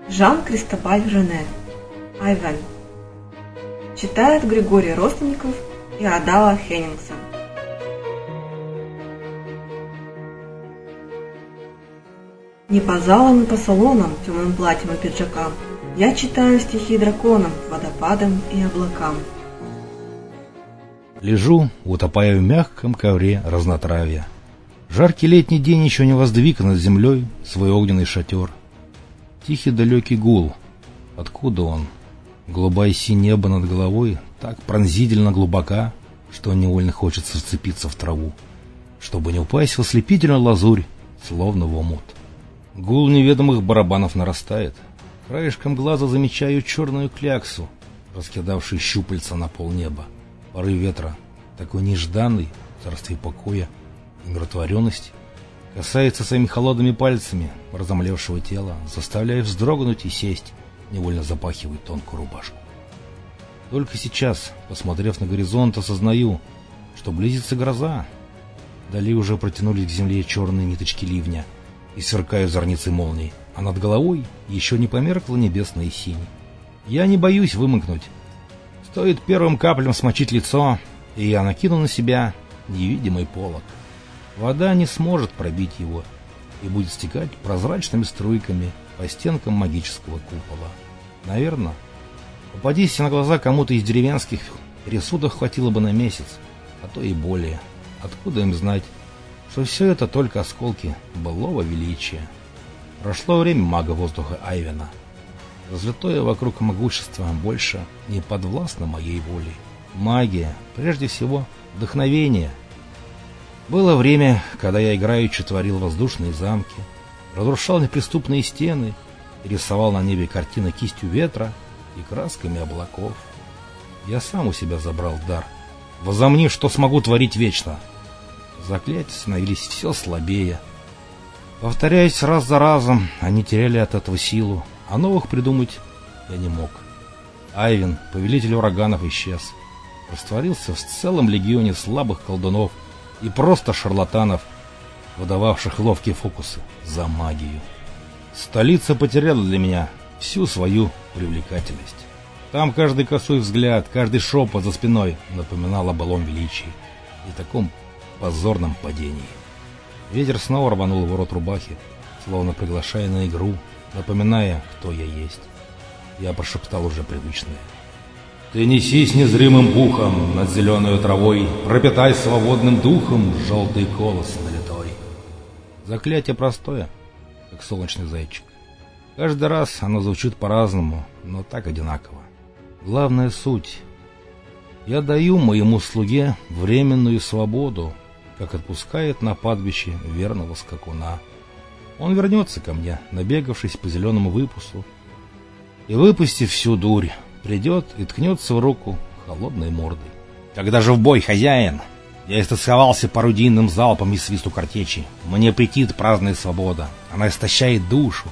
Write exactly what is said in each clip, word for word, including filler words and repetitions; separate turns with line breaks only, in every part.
Жан-Кристобаль Рене. Айвен. Читает Григорий Родственников и Адала Хеннингсон. Не по залам и по салонам, темным платьям и пиджакам я читаю стихи драконам, водопадам и облакам.
Лежу, утопая в мягком ковре разнотравья. Жаркий летний день еще не воздвиг над землей свой огненный шатер. Тихий далекий гул. Откуда он? Голубая синь небо над головой так пронзительно глубока, что невольно хочется вцепиться в траву, чтобы не упасть в ослепительную лазурь, словно в омут. Гул неведомых барабанов нарастает. Краешком глаза замечаю черную кляксу, раскидавшую щупальца на полнеба. Порыв ветра, такой нежданный, в царстве покоя и миротворенности, касается своими холодными пальцами разомлевшего тела, заставляя вздрогнуть и сесть, невольно запахивая тонкую рубашку. Только сейчас, посмотрев на горизонт, осознаю, что близится гроза. Вдали уже протянулись к земле черные ниточки ливня и сверкают зорницы молний, а над головой еще не померкла небесная синь. Я не боюсь вымокнуть. Стоит первым каплям смочить лицо, и я накину на себя невидимый полог. Вода не сможет пробить его и будет стекать прозрачными струйками по стенкам магического купола. Наверное, попадись на глаза кому-то из деревенских, пересудов хватило бы на месяц, а то и более. Откуда им знать, что все это только осколки былого величия? Прошло время мага воздуха Айвена. Разлитое вокруг могущество больше не подвластно моей воле. Магия, прежде всего, вдохновение. Было время, когда я играючи творил воздушные замки, разрушал неприступные стены и рисовал на небе картины кистью ветра и красками облаков. Я сам у себя забрал дар, возомнив, что смогу творить вечно. Заклятия становились все слабее. Повторяясь раз за разом, они теряли от этого силу, а новых придумать я не мог. Айвен, повелитель ураганов, исчез. Растворился в целом легионе слабых колдунов и просто шарлатанов, выдававших ловкие фокусы за магию. Столица потеряла для меня всю свою привлекательность. Там каждый косой взгляд, каждый шепот за спиной напоминал о былом величии и таком позорном падении. Ветер снова рванул в рот рубахи, словно приглашая на игру, напоминая, кто я есть. Я прошептал уже привычное: «Ты несись незримым пухом над зеленой травой, пропитай свободным духом желтый колос налитой». Заклятие простое, как солнечный зайчик. Каждый раз оно звучит по-разному, но так одинаково. Главная суть: я даю моему слуге временную свободу, как отпускает на падбище верного скакуна. Он вернется ко мне, набегавшись по зеленому выпусу, и, выпустив всю дурь, придет и ткнется в руку холодной мордой. Когда же в бой, хозяин? Я истосковался по орудийным залпам и свисту картечи. Мне претит праздная свобода. Она истощает душу.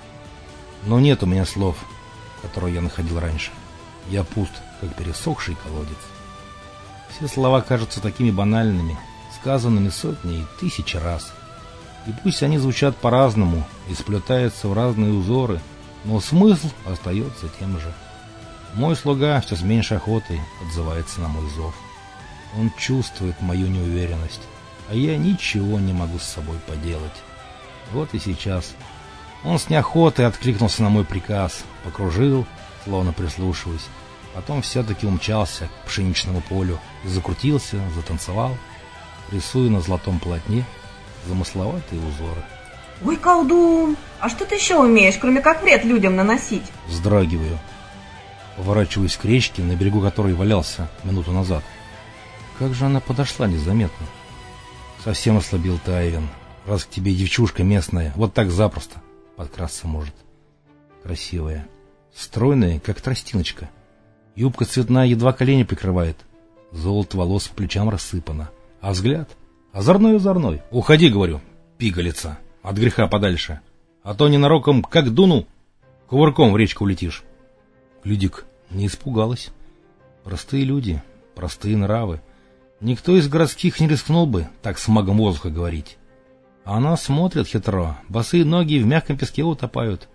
Но нет у меня слов, которые я находил раньше. Я пуст, как пересохший колодец. Все слова кажутся такими банальными, сказанными сотни и тысячи раз. И пусть они звучат по-разному и сплетаются в разные узоры, но смысл остается тем же. Мой слуга все с меньшей охотой отзывается на мой зов. Он чувствует мою неуверенность, а я ничего не могу с собой поделать. Вот и сейчас он с неохотой откликнулся на мой приказ, покружил, словно прислушиваясь, потом все-таки умчался к пшеничному полю и закрутился, затанцевал, рисуя на золотом полотне замысловатые узоры.
Ой, колдун, а что ты еще умеешь, кроме как вред людям наносить?
Вздрагиваю. Поворачиваюсь к речке, на берегу которой валялся минуту назад. Как же она подошла незаметно. Совсем ослабил ты, Айвен. Раз к тебе девчушка местная, вот так запросто подкрасться может. Красивая, стройная, как тростиночка. Юбка цветная едва колени прикрывает. Золото волос по плечам рассыпано. А взгляд озорной-озорной. Уходи, говорю, пигалица, от греха подальше. А то ненароком, как дуну, кувырком в речку улетишь. Глядик не испугалась. Простые люди, простые нравы. Никто из городских не рискнул бы так с магом воздуха говорить. А она смотрит хитро, босые ноги в мягком песке утопают.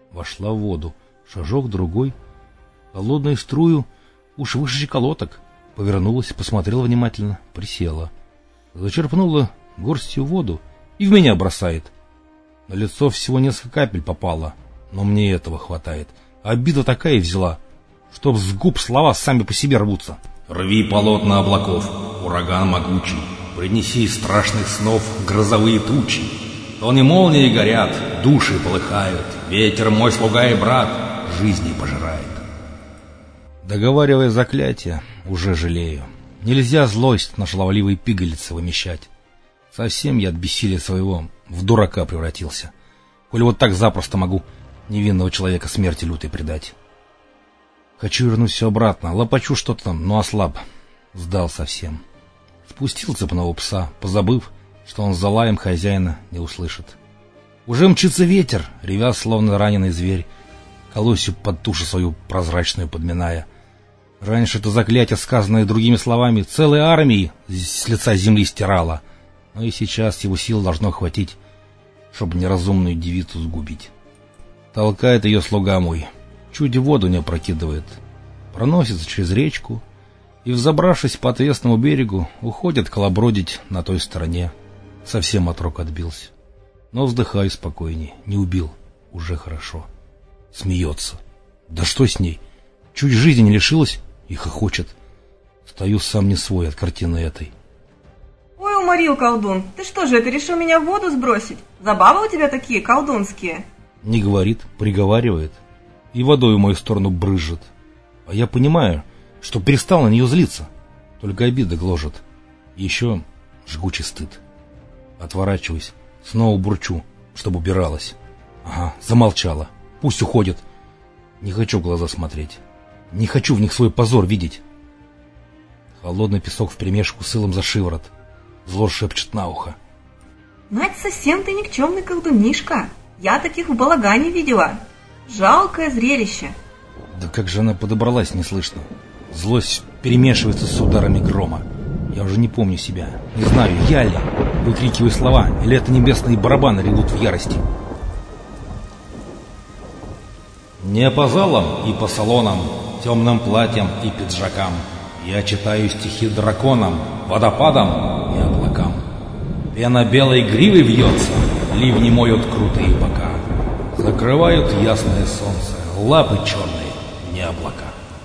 Вошла в воду. Шажок другой. Холодную струю уж выше щиколоток. Повернулась, посмотрела внимательно, присела. Зачерпнула горстью воду и в меня бросает. На лицо всего несколько капель попало, но мне этого хватает. Обида такая взяла, чтоб с губ слова сами по себе рвутся.
Рви полотна облаков, ураган могучий, принеси из страшных снов грозовые тучи. Тони молнии горят, души полыхают, ветер мой слуга и брат жизни пожирает.
Договаривая заклятие, уже жалею. Нельзя злость на шаловливые пигалицы вымещать. Совсем я от бессилия своего в дурака превратился. Коли вот так запросто могу невинного человека смерти лютой предать. Хочу вернуть все обратно, лопачу что-то там, но ослаб. Сдал совсем. Спустил цепного пса, позабыв, что он за лаем хозяина не услышит. Уже мчится ветер, ревя, словно раненый зверь, колосью под тушу свою прозрачную подминая. Раньше это заклятие, сказанное другими словами, целой армии с лица земли стирало, но и сейчас его сил должно хватить, чтобы неразумную девицу сгубить. Толкает ее слуга мой, чуть воду не опрокидывает, проносится через речку и, взобравшись по отвесному берегу, уходит колобродить на той стороне. Совсем от рук отбился. Но вздыхаю спокойней, не убил, уже хорошо. Смеется. Да что с ней? Чуть жизни не лишилась и хохочет. Стою сам не свой от картины этой.
Ой, уморил колдун, ты что же, это решил меня в воду сбросить? Забавы у тебя такие колдунские?
Не говорит, приговаривает. И водой в мою сторону брызжет. А я понимаю, что перестал на нее злиться. Только обида гложет. Еще жгучий стыд. Отворачиваюсь, снова бурчу, чтобы убиралась. Ага, замолчала. Пусть уходит. Не хочу в глаза смотреть. Не хочу в них свой позор видеть. Холодный песок вперемешку с илом за шиворот. Зло шепчет на ухо.
Надь, совсем ты никчемный колдунишка. Я таких в балагане видела. Жалкое зрелище.
Да как же она подобралась, не слышно. Злость перемешивается с ударами грома. Я уже не помню себя. Не знаю, я ли выкрикиваю слова, или это небесные барабаны ревут в ярости.
Не по залам и по салонам, темным платьям и пиджакам я читаю стихи драконам, водопадам и облакам. Пена белой гривой вьется, ливни моют крутые бока, закрывают ясное солнце, лапы черные, не облака.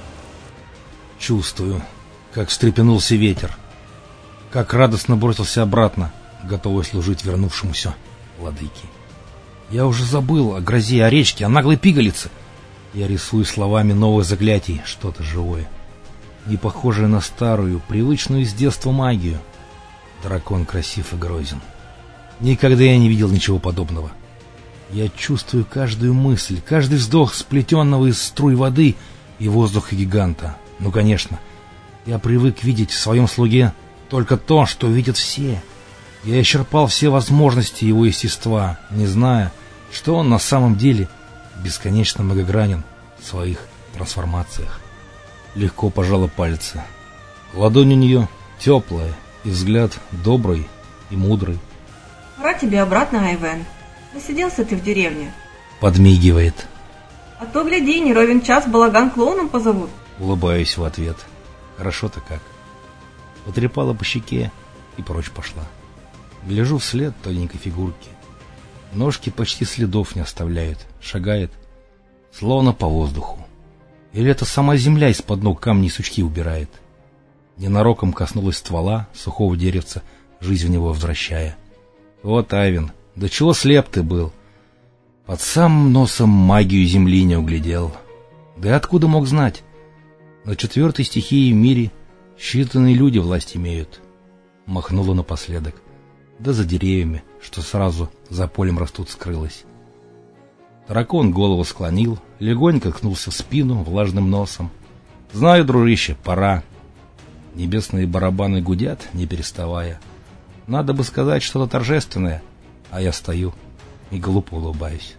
Чувствую, как встрепенулся ветер, как радостно бросился обратно, готовый служить вернувшемуся владыке. Я уже забыл о грозе, о речке, о наглой пигалице. Я рисую словами новых заклятий что-то живое, не похожее на старую, привычную с детства магию. Дракон красив и грозен. Никогда я не видел ничего подобного. Я чувствую каждую мысль, каждый вздох сплетенного из струй воды и воздуха гиганта. Ну, конечно, я привык видеть в своем слуге только то, что видят все. Я исчерпал все возможности его естества, не зная, что он на самом деле бесконечно многогранен в своих трансформациях. Легко пожала пальцы. Ладонь у нее теплая, и взгляд добрый и мудрый.
Пора тебе обратно, Айвен. Насиделся ты в деревне.
Подмигивает.
А то, гляди, не ровен час балаган клоуном позовут.
Улыбаюсь в ответ. Хорошо-то как. Потрепала по щеке и прочь пошла. Гляжу вслед тоненькой фигурки. Ножки почти следов не оставляют. Шагает, словно по воздуху. Или это сама земля из-под ног камни и сучки убирает. Ненароком коснулась ствола сухого деревца, жизнь в него возвращая. Вот, Айвен, до чего слеп ты был. Под самым носом магию земли не углядел. Да и откуда мог знать? На четвертой стихии в мире считанные люди власть имеют. Махнула напоследок. Да за деревьями, что сразу за полем растут, скрылась. Дракон голову склонил, легонько ткнулся в спину влажным носом. Знаю, дружище, пора. Небесные барабаны гудят, не переставая. Надо бы сказать что-то торжественное, а я стою и глупо улыбаюсь.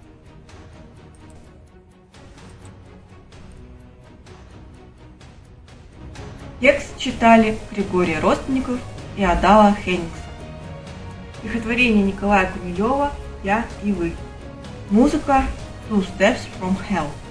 Текст читали Григорий Родственников и Адала Хеннингс. Стихотворение Николая Кумилева «Я и вы». Музыка Two Steps from Hell.